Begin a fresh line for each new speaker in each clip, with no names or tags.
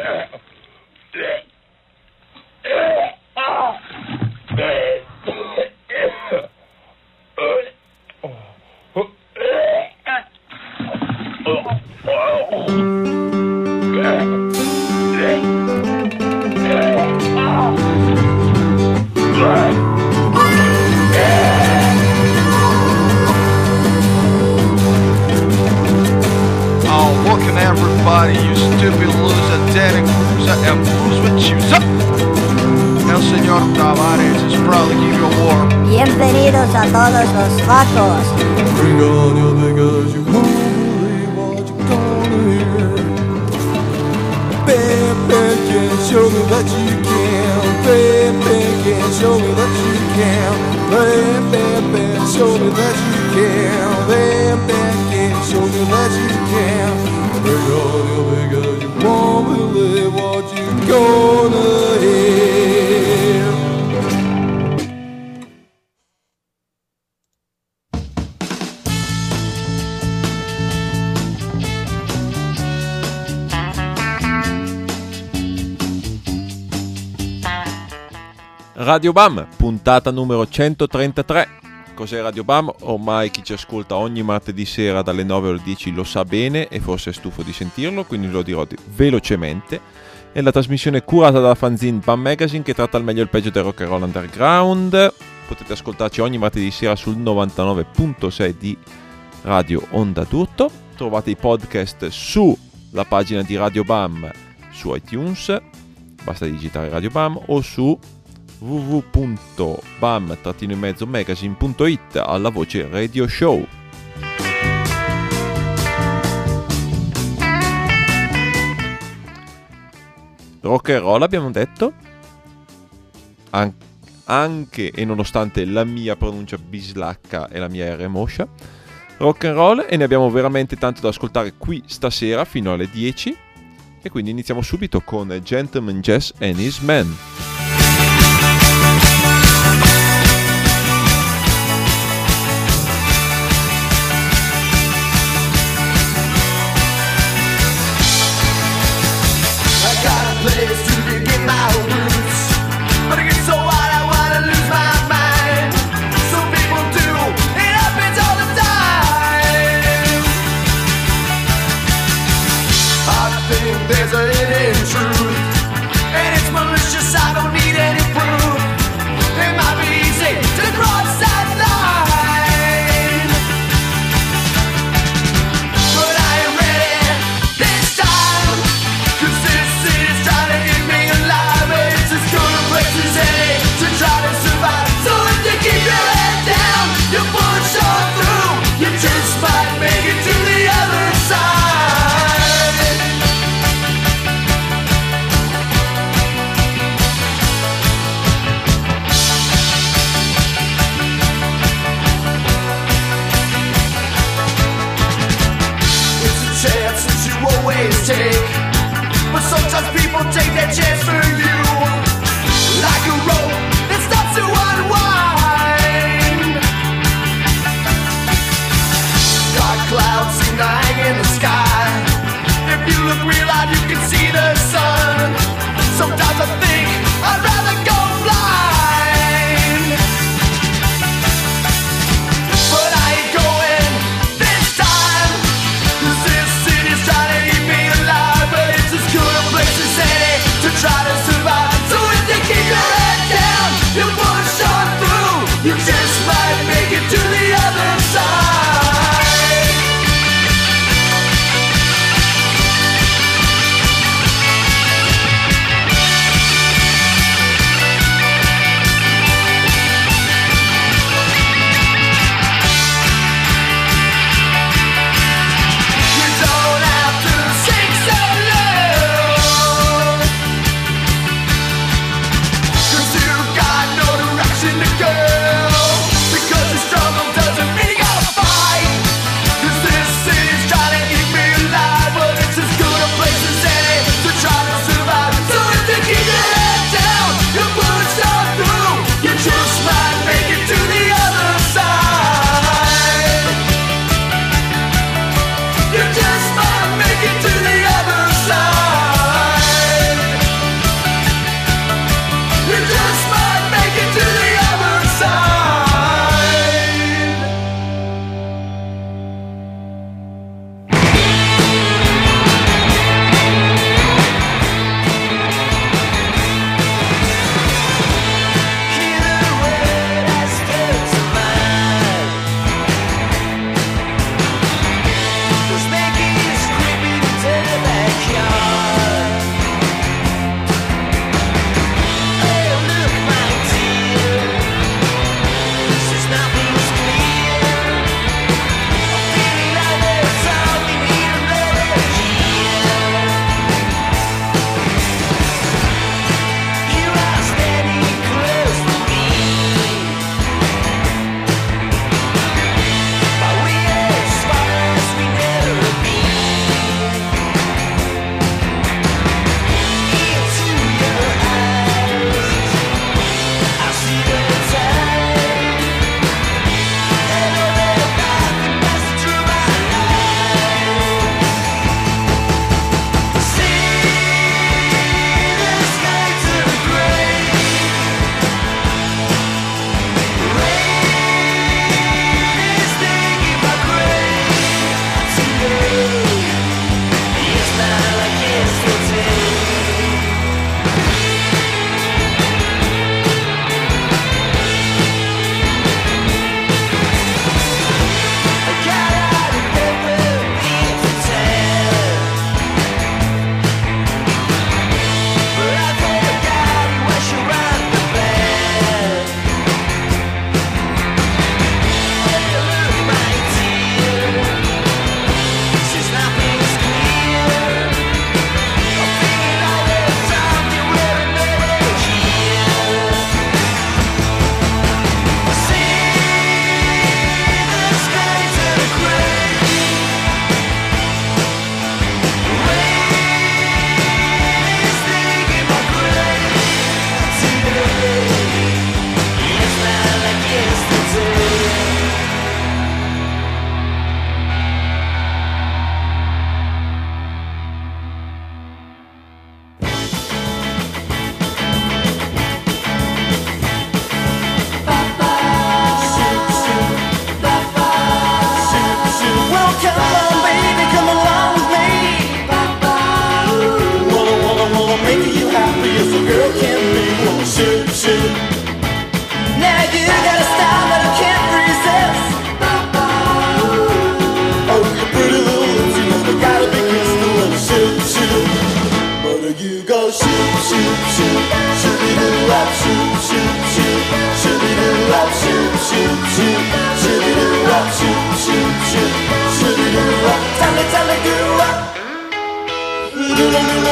Everybody, you stupid loser, Danny Cruiser, and Bruce with Chooser. El señor Tavares is proud to give you a warm.
Bienvenidos a todos los vacos.
Bring on your niggas, you won't believe what you're gonna hear. Bam, bam, can show me that you can. Bam, bam, can show me that you can. Bam, bam, bam, show me that you can. Bam, bam, can show me that you can. Bring on your niggas, you won't believe what you're gonna hear.
Radio Bam, puntata numero 133. Cos'è Radio Bam? Ormai chi ci ascolta ogni martedì sera dalle 9 alle 10 lo sa bene e forse è stufo di sentirlo, quindi lo dirò velocemente. È la trasmissione curata dalla fanzine Bam Magazine che tratta al meglio il peggio del rock and roll underground. Potete ascoltarci ogni martedì sera sul 99.6 di Radio Onda d'Urto. Trovate i podcast sulla pagina di Radio Bam su iTunes, basta digitare Radio Bam, o su www.bam-magazine.it alla voce Radio Show. Rock and roll abbiamo detto, anche e nonostante la mia pronuncia bislacca e la mia R moscia, rock and roll, e ne abbiamo veramente tanto da ascoltare qui stasera fino alle 10, e quindi iniziamo subito con Gentleman Jazz and His Men.
There's a hidden truth, and it's malicious. I don't need any proof. It might be easy to cross that line, but I am ready this time, 'cause this city's trying to eat me alive. It's as good a place as any to try to survive. So if you keep your head down, you push on through, you just might make it to the other side. Take, but sometimes people take that chance for you, like a rope that stops to unwind. Dark clouds seem to hang in the sky. If you look real hard, you can see the sun. Sometimes I think I'd rather go blind, but I ain't going this time, 'cause this city's trying to eat me alive, but it's as good a place as any to try to survive.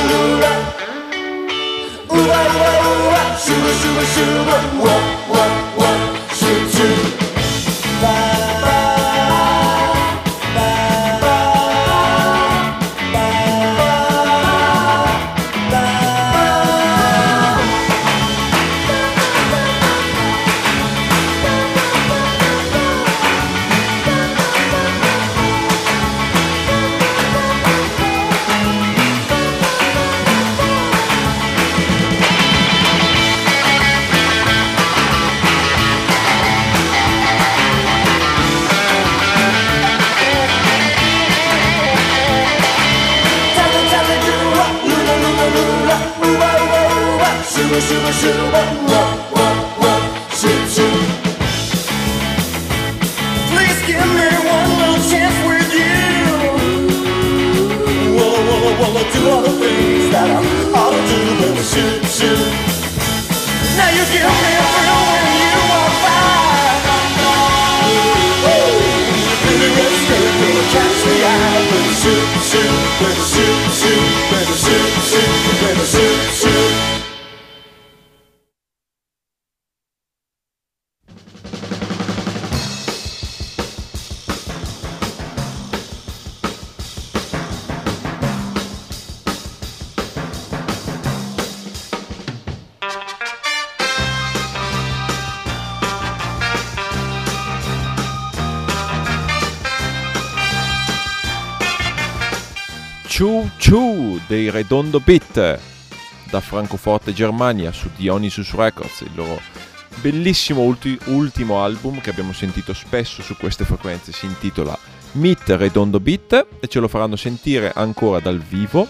Choo Choo dei Redondo Beat da Francoforte, Germania, su Dionysus Records, il loro bellissimo ultimo album che abbiamo sentito spesso su queste frequenze. Si intitola Meet Redondo Beat e ce lo faranno sentire ancora dal vivo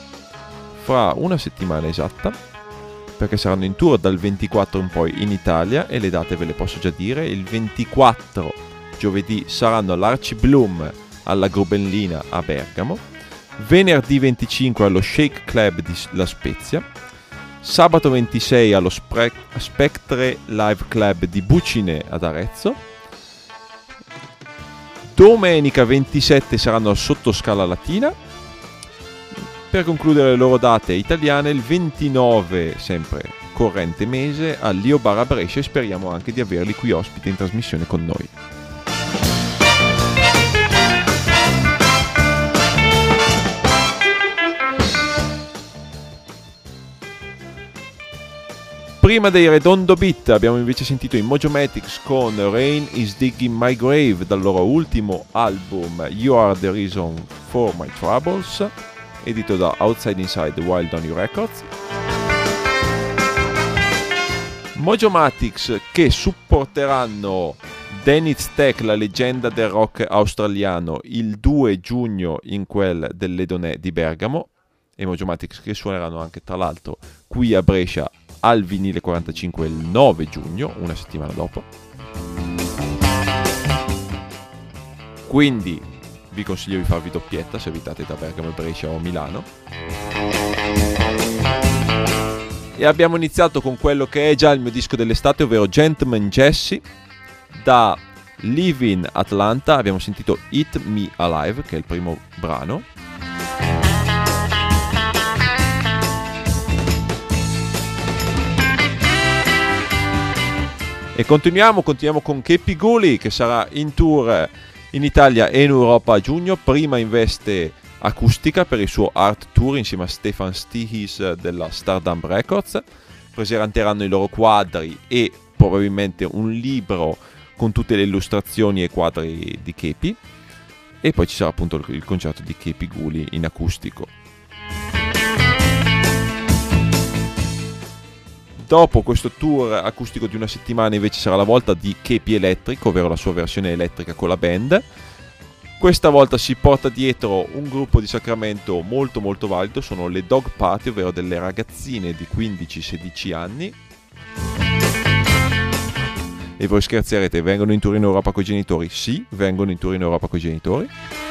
fra una settimana esatta, perché saranno in tour dal 24 in poi in Italia, e le date ve le posso già dire. Il 24 giovedì saranno all'Arci Bloom alla Grubellina a Bergamo, venerdì 25 allo Shake Club di La Spezia, sabato 26 allo Spectre Live Club di Bucine ad Arezzo, domenica 27 saranno al Sottoscala Latina, per concludere le loro date italiane il 29, sempre corrente mese, al Lio Bar a Brescia, e speriamo anche di averli qui ospiti in trasmissione con noi. Prima dei Redondo Beat abbiamo invece sentito i Mojomatics con Rain is Digging My Grave dal loro ultimo album You Are the Reason for My Troubles, edito da Outside Inside Wild on You Records. Mojomatics che supporteranno Dennis Tech, la leggenda del rock australiano, il 2 giugno in quel dell'Edonè di Bergamo, e Mojomatics che suoneranno anche tra l'altro qui a Brescia al Vinile 45 il 9 giugno, una settimana dopo. Quindi vi consiglio di farvi doppietta se abitate da Bergamo, Brescia o Milano. E abbiamo iniziato con quello che è già il mio disco dell'estate, ovvero Gentleman Jesse. Da Live in Atlanta abbiamo sentito Eat Me Alive, che è il primo brano. E continuiamo con Kepi Guli, che sarà in tour in Italia e in Europa a giugno, prima in veste acustica per il suo Art Tour insieme a Stefan Stihis della Stardom Records. Presenteranno i loro quadri e probabilmente un libro con tutte le illustrazioni e quadri di Kepi, e poi ci sarà appunto il concerto di Kepi Guli in acustico. Dopo questo tour acustico di una settimana invece sarà la volta di Kepi Electric, ovvero la sua versione elettrica con la band. Questa volta si porta dietro un gruppo di Sacramento molto molto valido, sono le Dog Party, ovvero delle ragazzine di 15-16 anni. E voi scherzerete, vengono in tour in Europa coi genitori? Sì, vengono in tour in Europa coi genitori.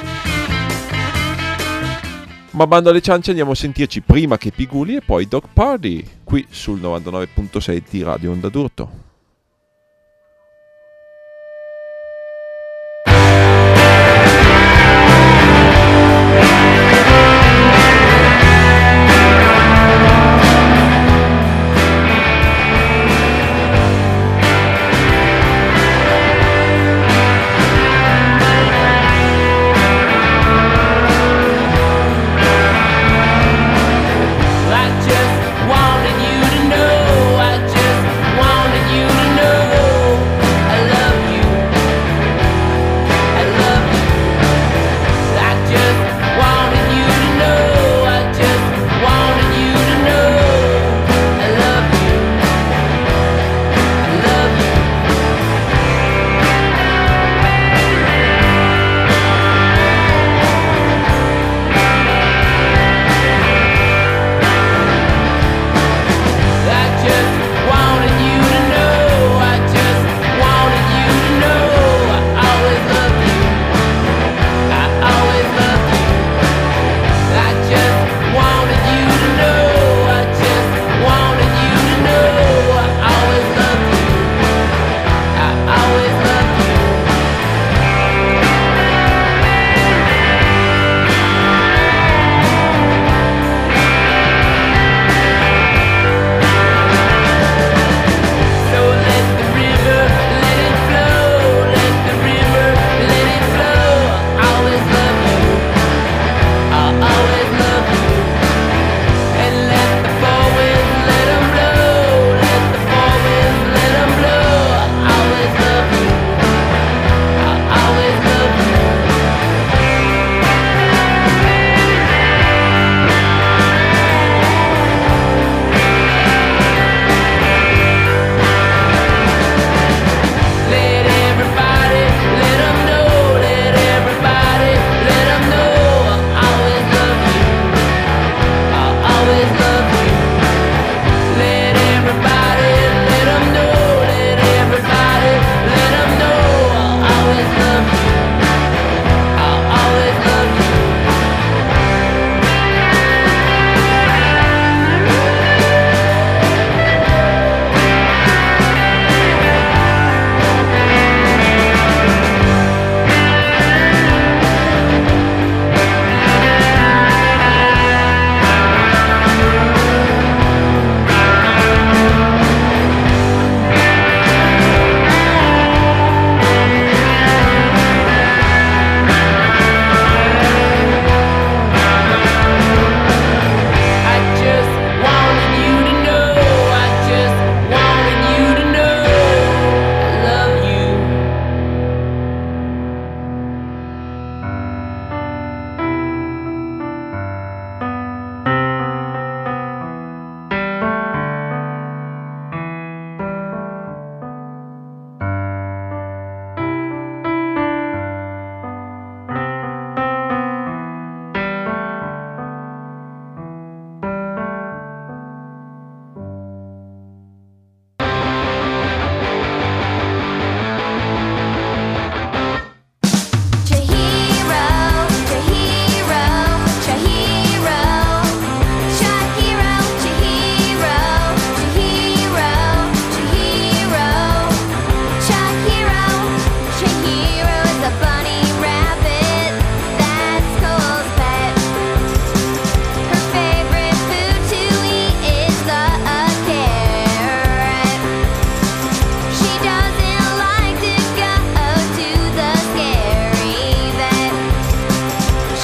Ma bando alle ciance, andiamo a sentirci prima Kepi Guli e poi Dog Party, qui sul 99.6 di Radio Onda d'Urto.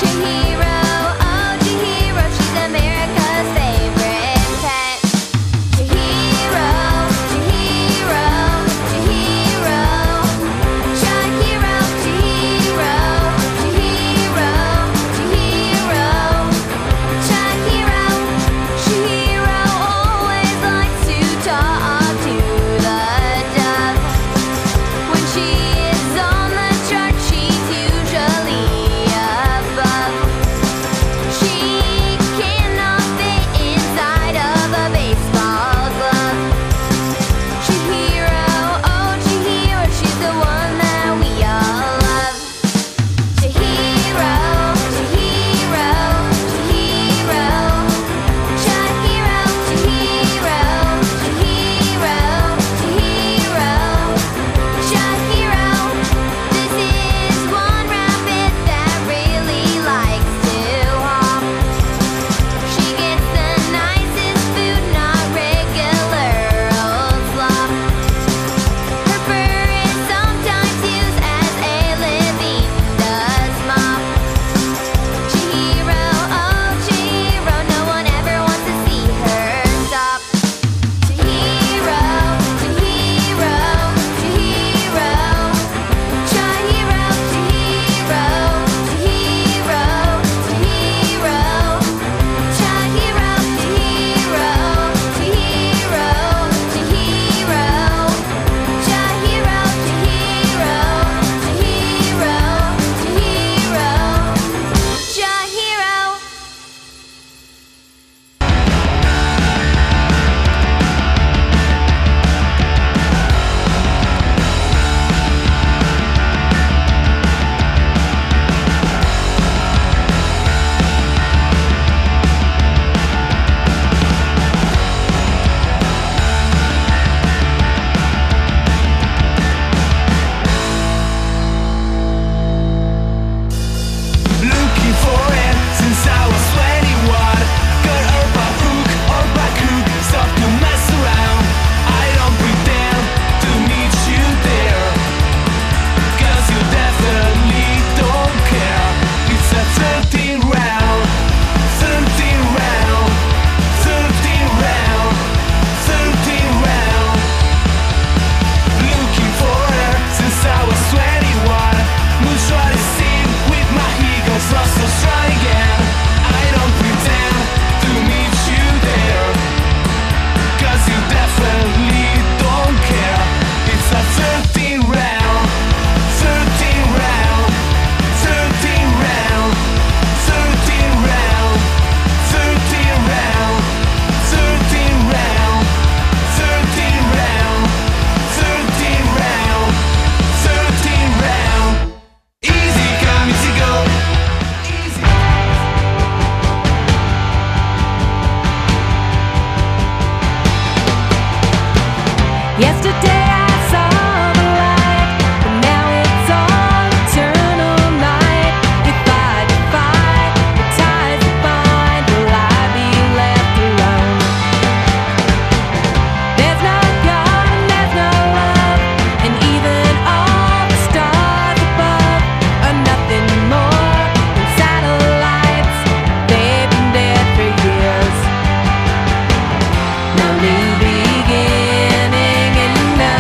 No new beginning and no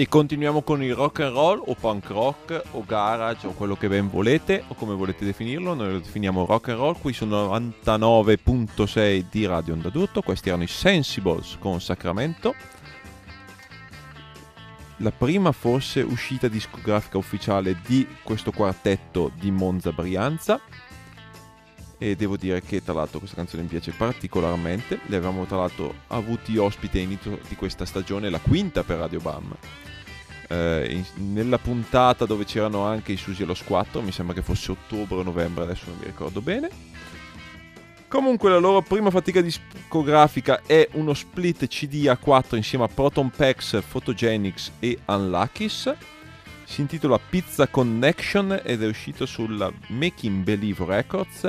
E continuiamo con il rock and roll o punk rock o garage o quello che ben volete o come volete definirlo. Noi lo definiamo rock and roll. Qui sono 99.6 di Radio Onda d'Urto. Questi erano i Sensibles con Sacramento, la prima forse uscita discografica ufficiale di questo quartetto di Monza Brianza, e devo dire che tra l'altro questa canzone mi piace particolarmente. Le avevamo tra l'altro avuti ospite all'inizio di questa stagione, la quinta per Radio Bam, nella puntata dove c'erano anche i Susi allo Squattro, mi sembra che fosse ottobre o novembre, adesso non mi ricordo bene. Comunque la loro prima fatica discografica è uno split CD a 4 insieme a Proton Pax, Photogenics e Unluckies. Si intitola Pizza Connection ed è uscito sulla Making Believe Records,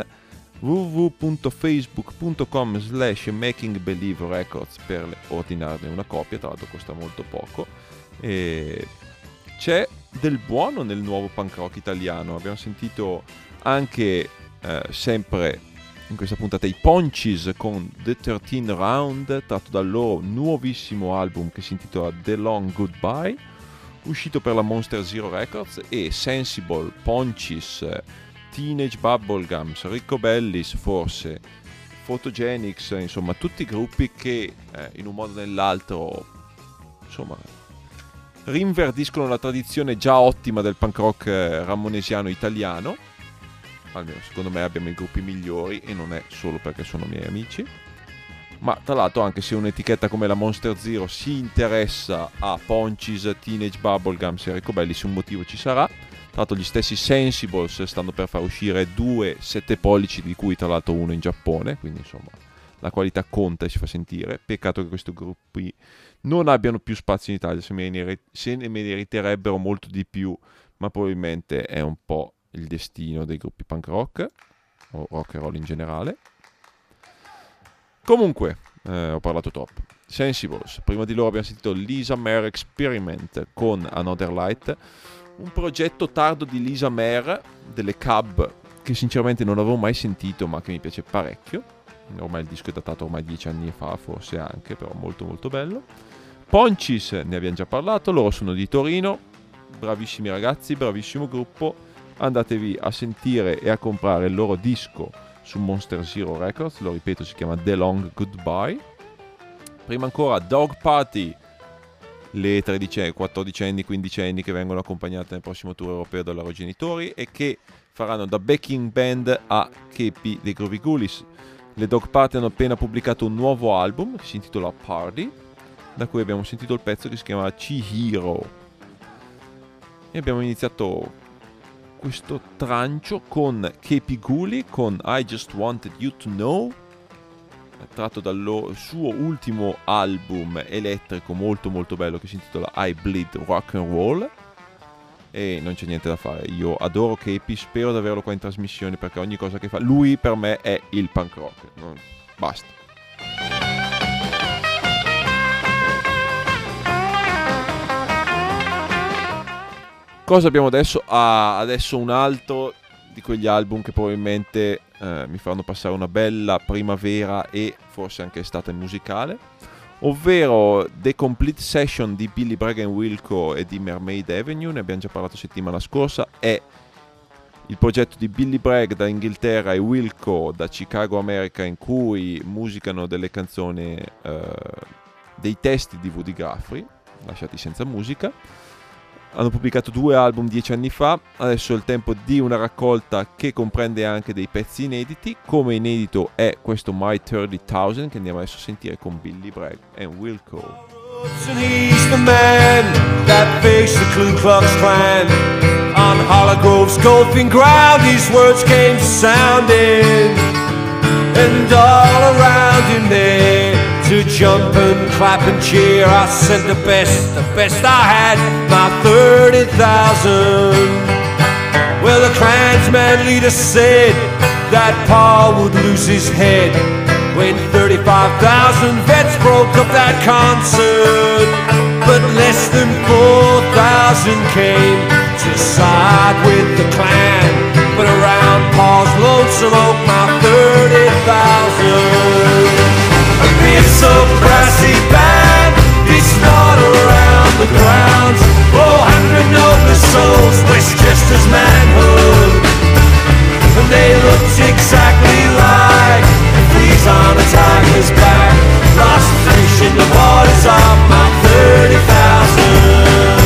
www.facebook.com/Making Believe Records per ordinarne una copia, tra l'altro costa molto poco. E c'è del buono nel nuovo punk rock italiano. Abbiamo sentito anche sempre in questa puntata i Ponchies con The 13 Round, tratto dal loro nuovissimo album che si intitola The Long Goodbye, uscito per la Monster Zero Records. E Sensible, Ponchies, Teenage Bubblegums, Ricco Bellis forse, Photogenics, insomma tutti i gruppi che in un modo o nell'altro insomma rinverdiscono la tradizione già ottima del punk rock ramonesiano italiano. Almeno secondo me abbiamo i gruppi migliori, e non è solo perché sono miei amici, ma tra l'altro anche se un'etichetta come la Monster Zero si interessa a Ponchies, Teenage Bubblegums e Ricco Bellis, un motivo ci sarà. Tra l'altro gli stessi Sensibles stanno per far uscire 2 7 pollici, di cui tra l'altro uno in Giappone, quindi insomma la qualità conta e si fa sentire. Peccato che questi gruppi non abbiano più spazio in Italia, se ne meriterebbero molto di più, ma probabilmente è un po' il destino dei gruppi punk rock o rock and roll in generale. Comunque ho parlato troppo. Sensibles, prima di loro abbiamo sentito Lisa Mare Experiment con Another Light, un progetto tardo di Lisa Mare delle Cab che sinceramente non avevo mai sentito, ma che mi piace parecchio. Ormai il disco è datato ormai 10 anni fa, forse anche, però molto molto bello. Ponchies, ne abbiamo già parlato, loro sono di Torino, bravissimi ragazzi, bravissimo gruppo. Andatevi a sentire e a comprare il loro disco su Monster Zero Records, lo ripeto, si chiama The Long Goodbye. Prima ancora Dog Party, le 13, 14 anni, 15 anni che vengono accompagnate nel prossimo tour europeo dai loro genitori e che faranno da backing band a Kepi dei Groovy Ghoulies. Le Dog Party hanno appena pubblicato un nuovo album che si intitola Party, da cui abbiamo sentito il pezzo che si chiama Chihiro. E abbiamo iniziato questo trancio con Kepi Ghoulie con I Just Wanted You to Know, tratto dal suo ultimo album elettrico molto molto bello che si intitola I Bleed Rock and Roll. E non c'è niente da fare, io adoro Kepi, spero di averlo qua in trasmissione perché ogni cosa che fa lui per me è il punk rock. Basta. Cosa abbiamo adesso? Adesso un altro di quegli album che probabilmente mi faranno passare una bella primavera e forse anche estate musicale, ovvero The Complete Session di Billy Bragg and Wilco e di Mermaid Avenue. Ne abbiamo già parlato settimana scorsa. È il progetto di Billy Bragg da Inghilterra e Wilco da Chicago, America, in cui musicano delle canzoni, dei testi di Woody Guthrie lasciati senza musica. Hanno pubblicato 2 album 10 anni fa, adesso è il tempo di una raccolta che comprende anche dei pezzi inediti. Come inedito è questo My 30,000 che andiamo adesso a sentire con Billy Bragg e Wilco.
And he's the man that faced the Ku Klux Klan on Hollow golfing ground. His words came sounding, and all around him there to jump and clap and cheer. I sent the best I had, my 30,000. Well, the Klansman leader said that Paul would lose his head when 35,000 vets broke up that concert. But less than 4,000 came to side with the Klan. But around Paul's lonesome oak, my 30,000. It's so brassy band, it's not around the grounds. souls, Westchester's manhood. And they looked exactly like fleas on a tiger's back. Lost fish in the waters of my 30,000.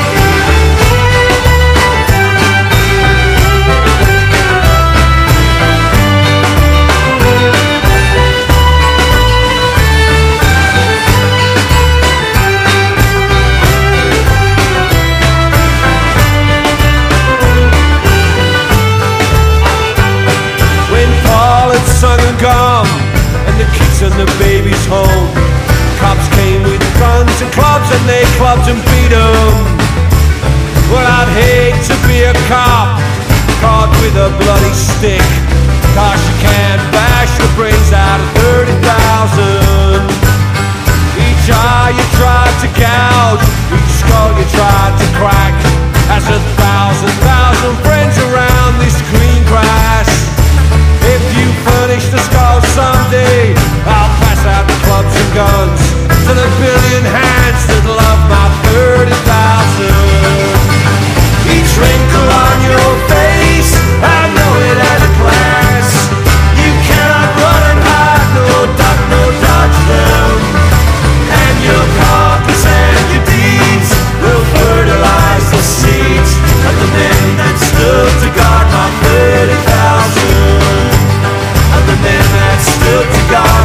Sung and gone, and the kids and the babies home. Cops came with guns and clubs, and they clubbed and beat 'em. Well, I'd hate to be a cop caught with a bloody stick, 'cause you can't bash the brains out of 30,000. Each eye you tried to gouge, each skull you tried to crack, has 1,000 friends around this green grass. If you furnish the skull someday, I'll pass out the clubs and guns to the billion hands that love my 30,000. Each wrinkle on your face, I know it at a glance. You cannot run and hide, no duck, no dodge them. And your carcass and your deeds will fertilize the seeds of the men that stood to guard my 30,000. The men that stood to guard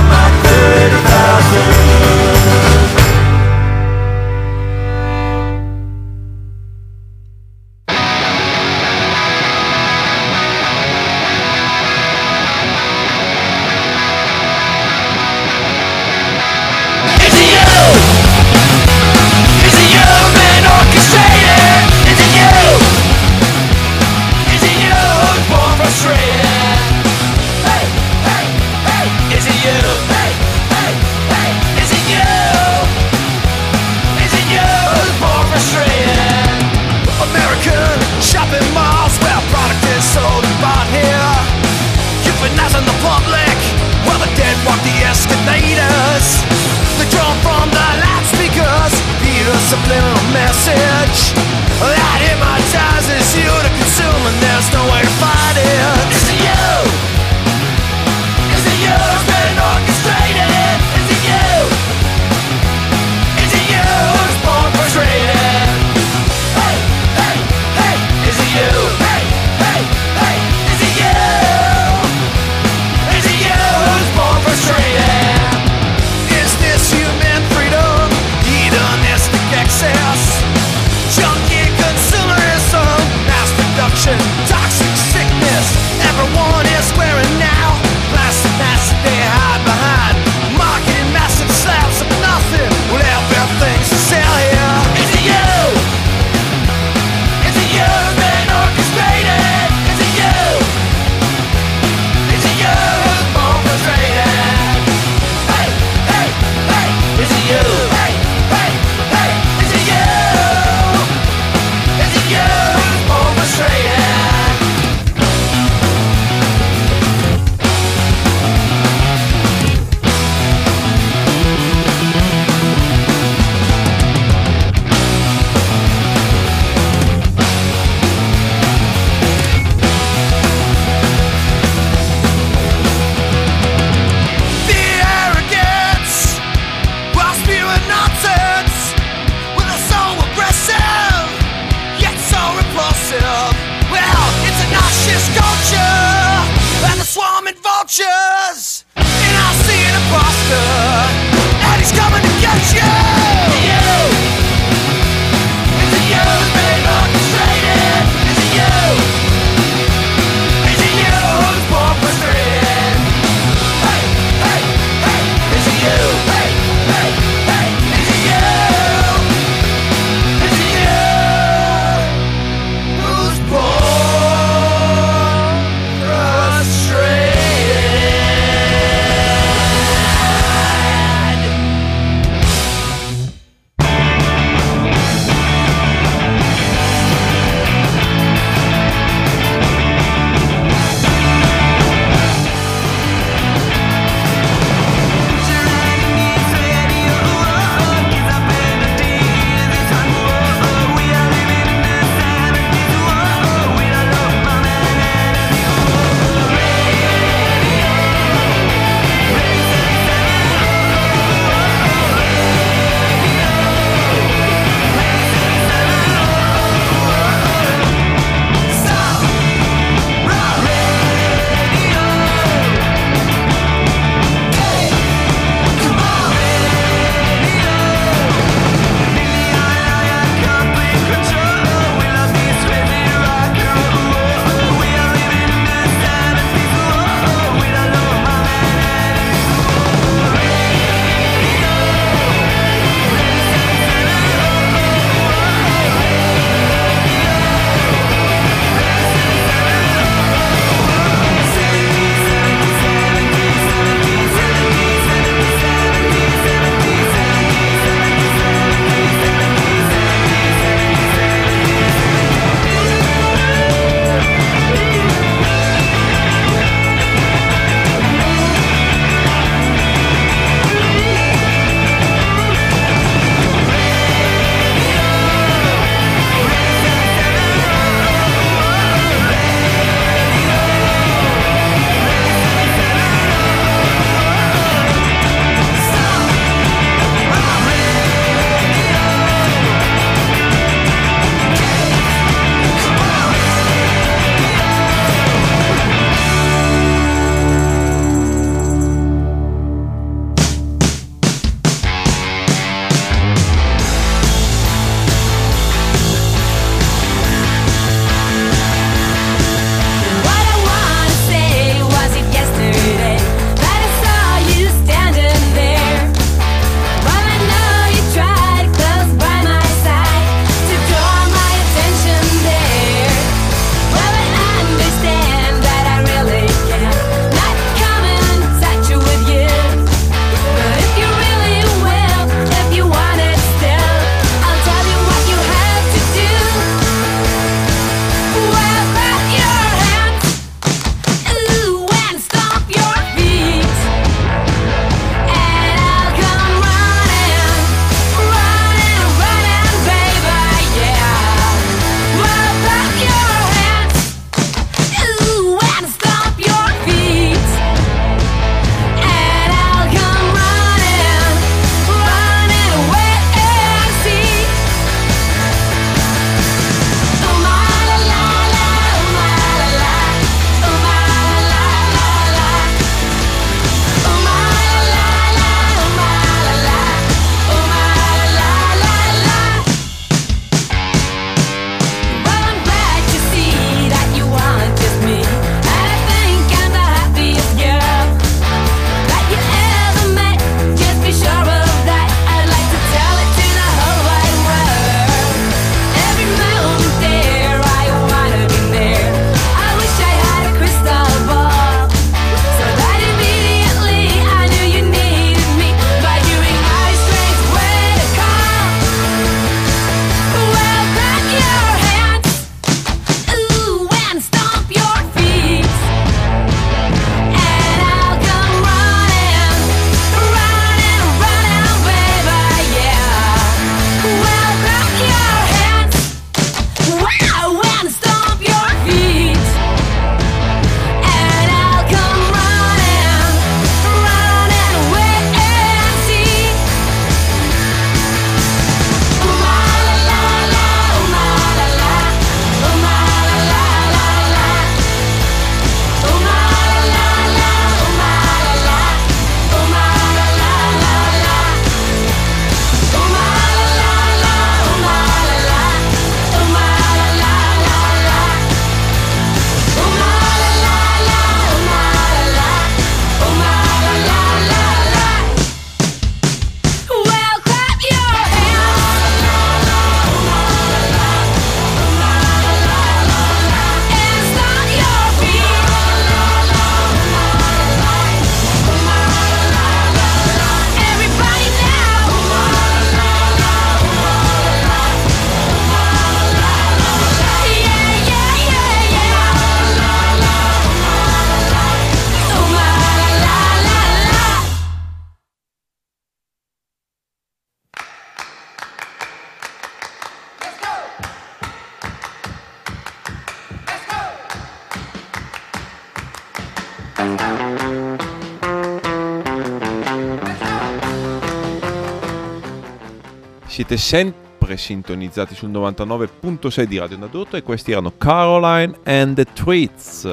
Siete sempre sintonizzati sul 99.6 di Radio Onda d'Urto e questi erano Caroline and the Tweets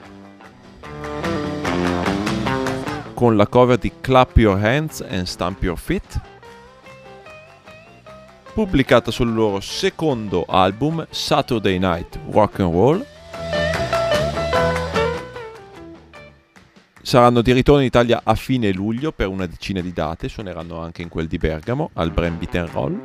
con la cover di Clap Your Hands and Stamp Your Feet, pubblicata sul loro secondo album Saturday Night Rock and Roll. Saranno di ritorno in Italia a fine luglio per una decina di date, suoneranno anche in quel di Bergamo, al Brambit & Roll.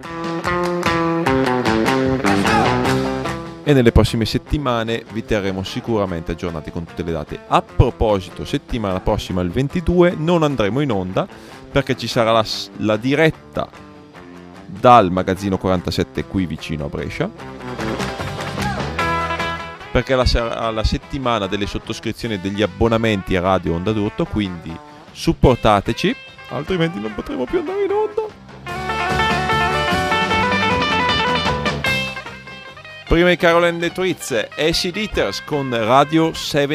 E nelle prossime settimane vi terremo sicuramente aggiornati con tutte le date. A proposito, settimana prossima, il 22, non andremo in onda perché ci sarà la diretta dal Magazzino 47 qui vicino a Brescia, perché sarà la settimana delle sottoscrizioni e degli abbonamenti a Radio Onda d'Urto, quindi supportateci, altrimenti non potremo più andare in onda. Prima di Caroline and the Tweets, Acid Eaters con Radio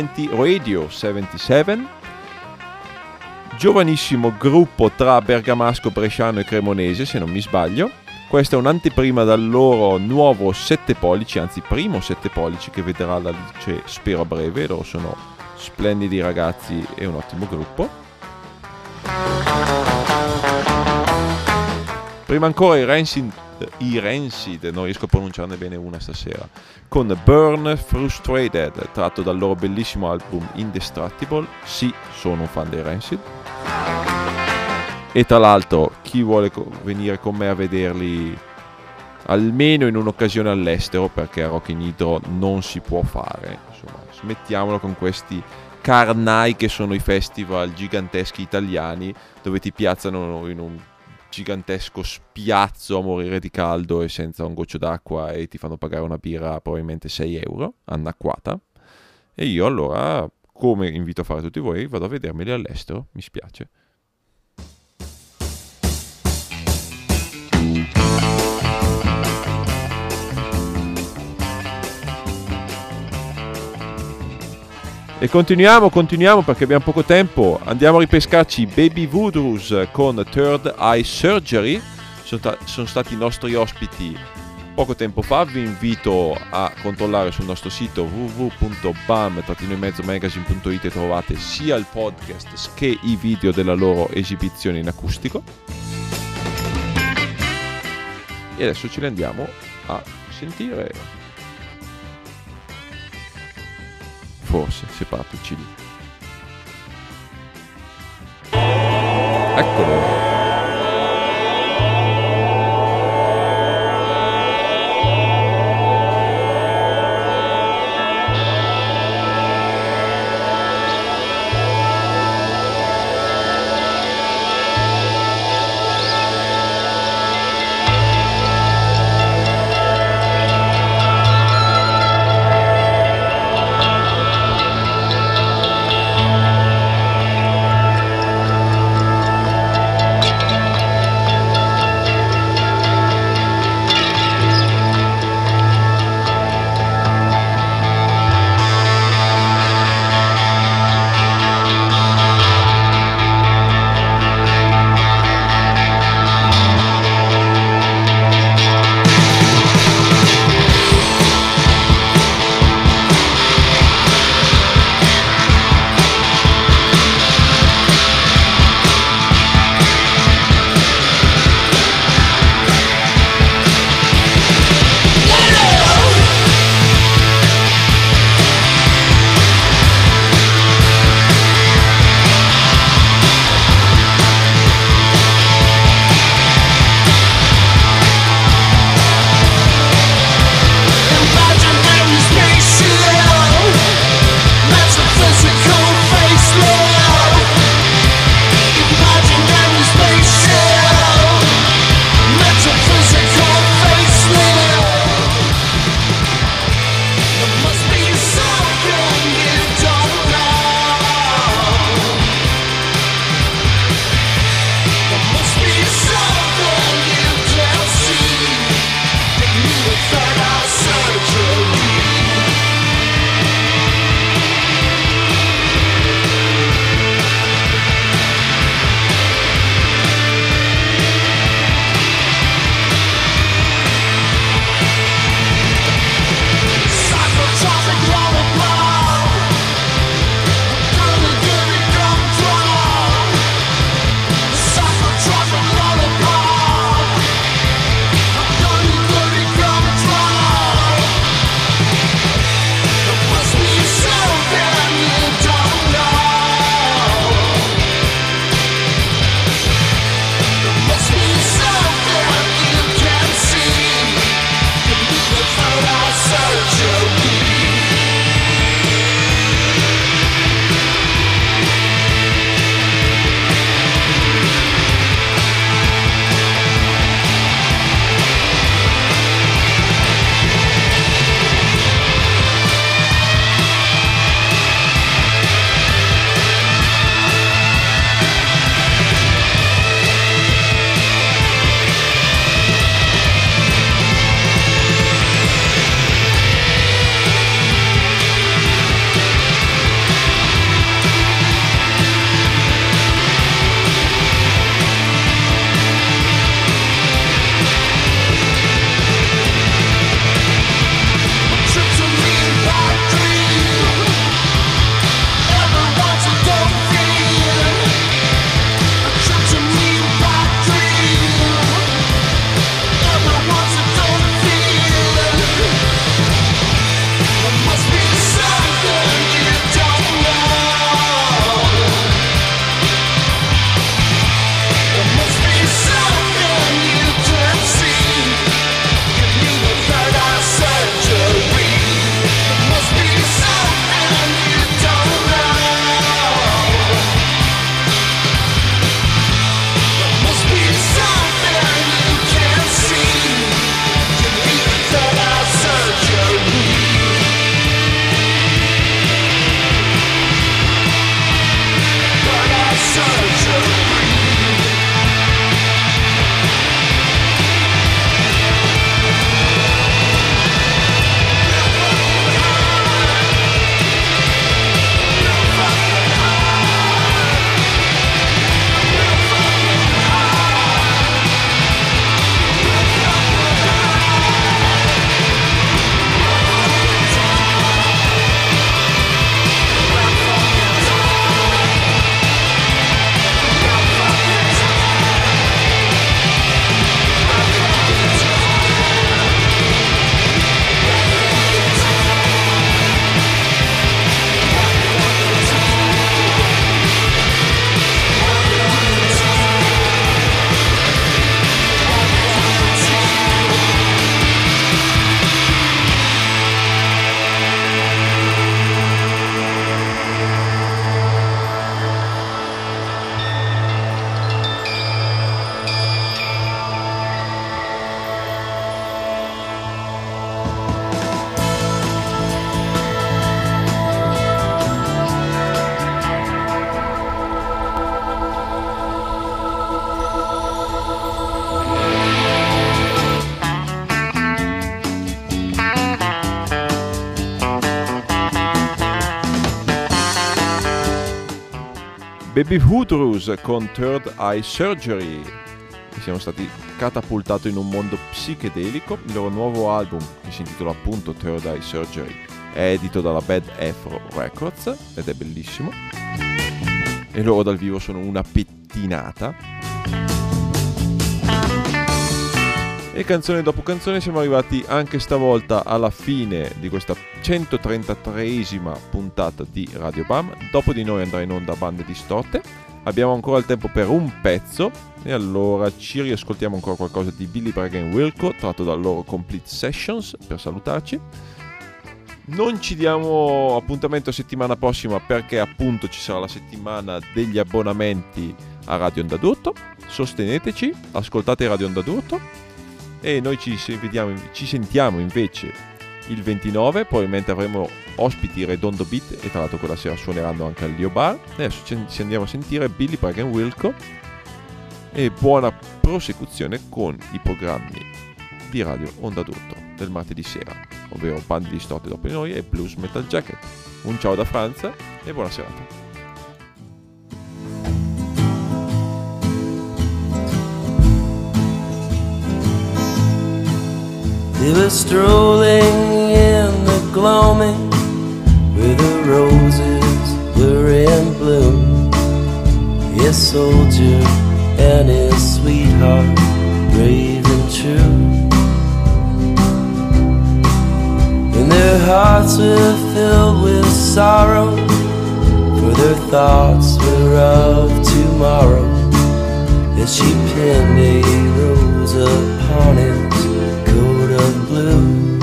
77, giovanissimo gruppo tra bergamasco, bresciano e cremonese, se non mi sbaglio. Questa è un'anteprima dal loro nuovo 7 pollici, anzi primo 7 pollici che vedrà la luce spero a breve. Loro sono splendidi ragazzi e un ottimo gruppo. Prima ancora i Rancid, non riesco a pronunciarne bene una stasera, con Burn Frustrated, tratto dal loro bellissimo album Indestructible. Sì, sono un fan dei Rancid. E tra l'altro, chi vuole venire con me a vederli almeno in un'occasione all'estero, perché a Rock in Nitro non si può fare, insomma, smettiamolo con questi carnai che sono i festival giganteschi italiani, dove ti piazzano in un gigantesco spiazzo a morire di caldo e senza un goccio d'acqua e ti fanno pagare una birra probabilmente 6 euro, annacquata. E io allora, come invito a fare tutti voi, vado a vedermeli all'estero, mi spiace. E continuiamo perché abbiamo poco tempo. Andiamo a ripescarci Baby Voodoos con Third Eye Surgery. Sono stati i nostri ospiti poco tempo fa. Vi invito a controllare sul nostro sito www.bam-magazine.it e trovate sia il podcast che i video della loro esibizione in acustico. E adesso ce li andiamo a sentire. Forse se parte il CD. Eccolo. Baby Woodrows con Third Eye Surgery. E siamo stati catapultati in un mondo psichedelico. Il loro nuovo album, che si intitola appunto Third Eye Surgery, è edito dalla Bad Afro Records ed è bellissimo. E loro dal vivo sono una pettinata. E canzone dopo canzone siamo arrivati anche stavolta alla fine di questa 133esima puntata di Radio Bam. Dopo di noi andrà in onda Bande Distorte. Abbiamo ancora il tempo per un pezzo e allora ci riascoltiamo ancora qualcosa di Billy Bragg & Wilco tratto dal loro Complete Sessions per salutarci. Non ci diamo appuntamento settimana prossima perché appunto ci sarà la settimana degli abbonamenti a Radio Onda d'Urto. Sosteneteci, ascoltate Radio Onda d'Urto. E noi ci sentiamo invece il 29, probabilmente avremo ospiti Redondo Beat e tra l'altro quella sera suoneranno anche al Lio Bar. Adesso ci andiamo a sentire Billy Bragg & Wilco e buona prosecuzione con i programmi di Radio Onda d'Urto del martedì sera, ovvero Bande Distorte dopo di noi e Blues Metal Jacket. Un ciao da Franza e buona serata.
They were strolling in the gloaming where the roses were in bloom. His soldier and his sweetheart, brave and true. And their hearts were filled with sorrow, for their thoughts were of tomorrow. As she pinned a rose upon his coat of blue.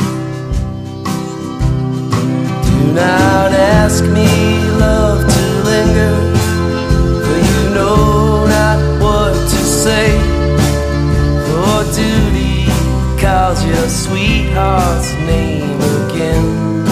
Do not ask me, love, to linger, for you know not what to say. For duty calls your sweetheart's name again.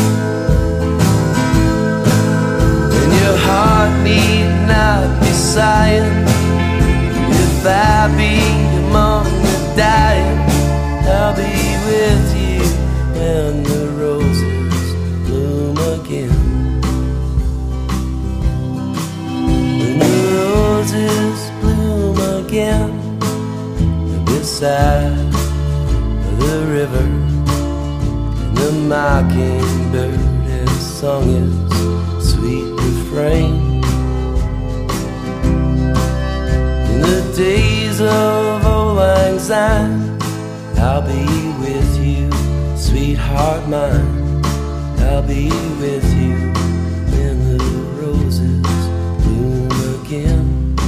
And your heart need not be sighing if I be among the dying. I'll be with you when the roses bloom again. When the roses bloom again beside the river, and the mockingbird has sung its sweet refrain. In the days of old lang syne, I'll be with you, sweetheart mine. I'll be with you when the roses bloom again.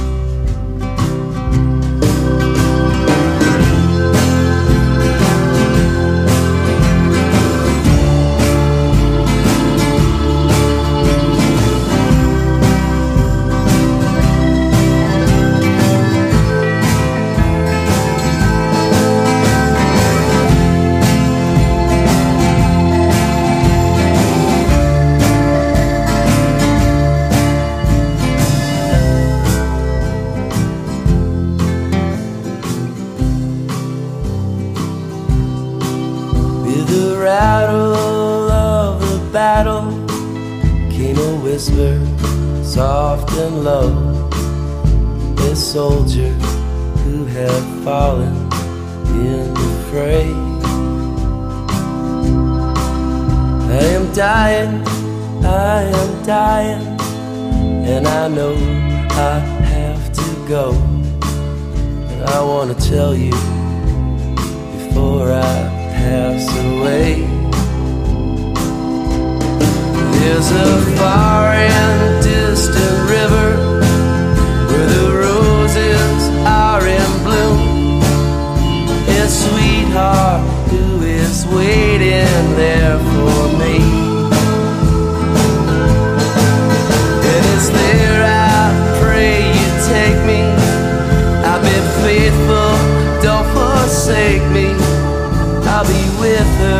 Whisper, soft and low, a soldier who had fallen in the fray. I am dying, and I know I have to go. And I want to tell you before I pass away. There's a far and distant river where the roses are in bloom. A sweetheart who is waiting there for me. And it's there I pray you take me. I've been faithful, don't forsake me. I'll be with her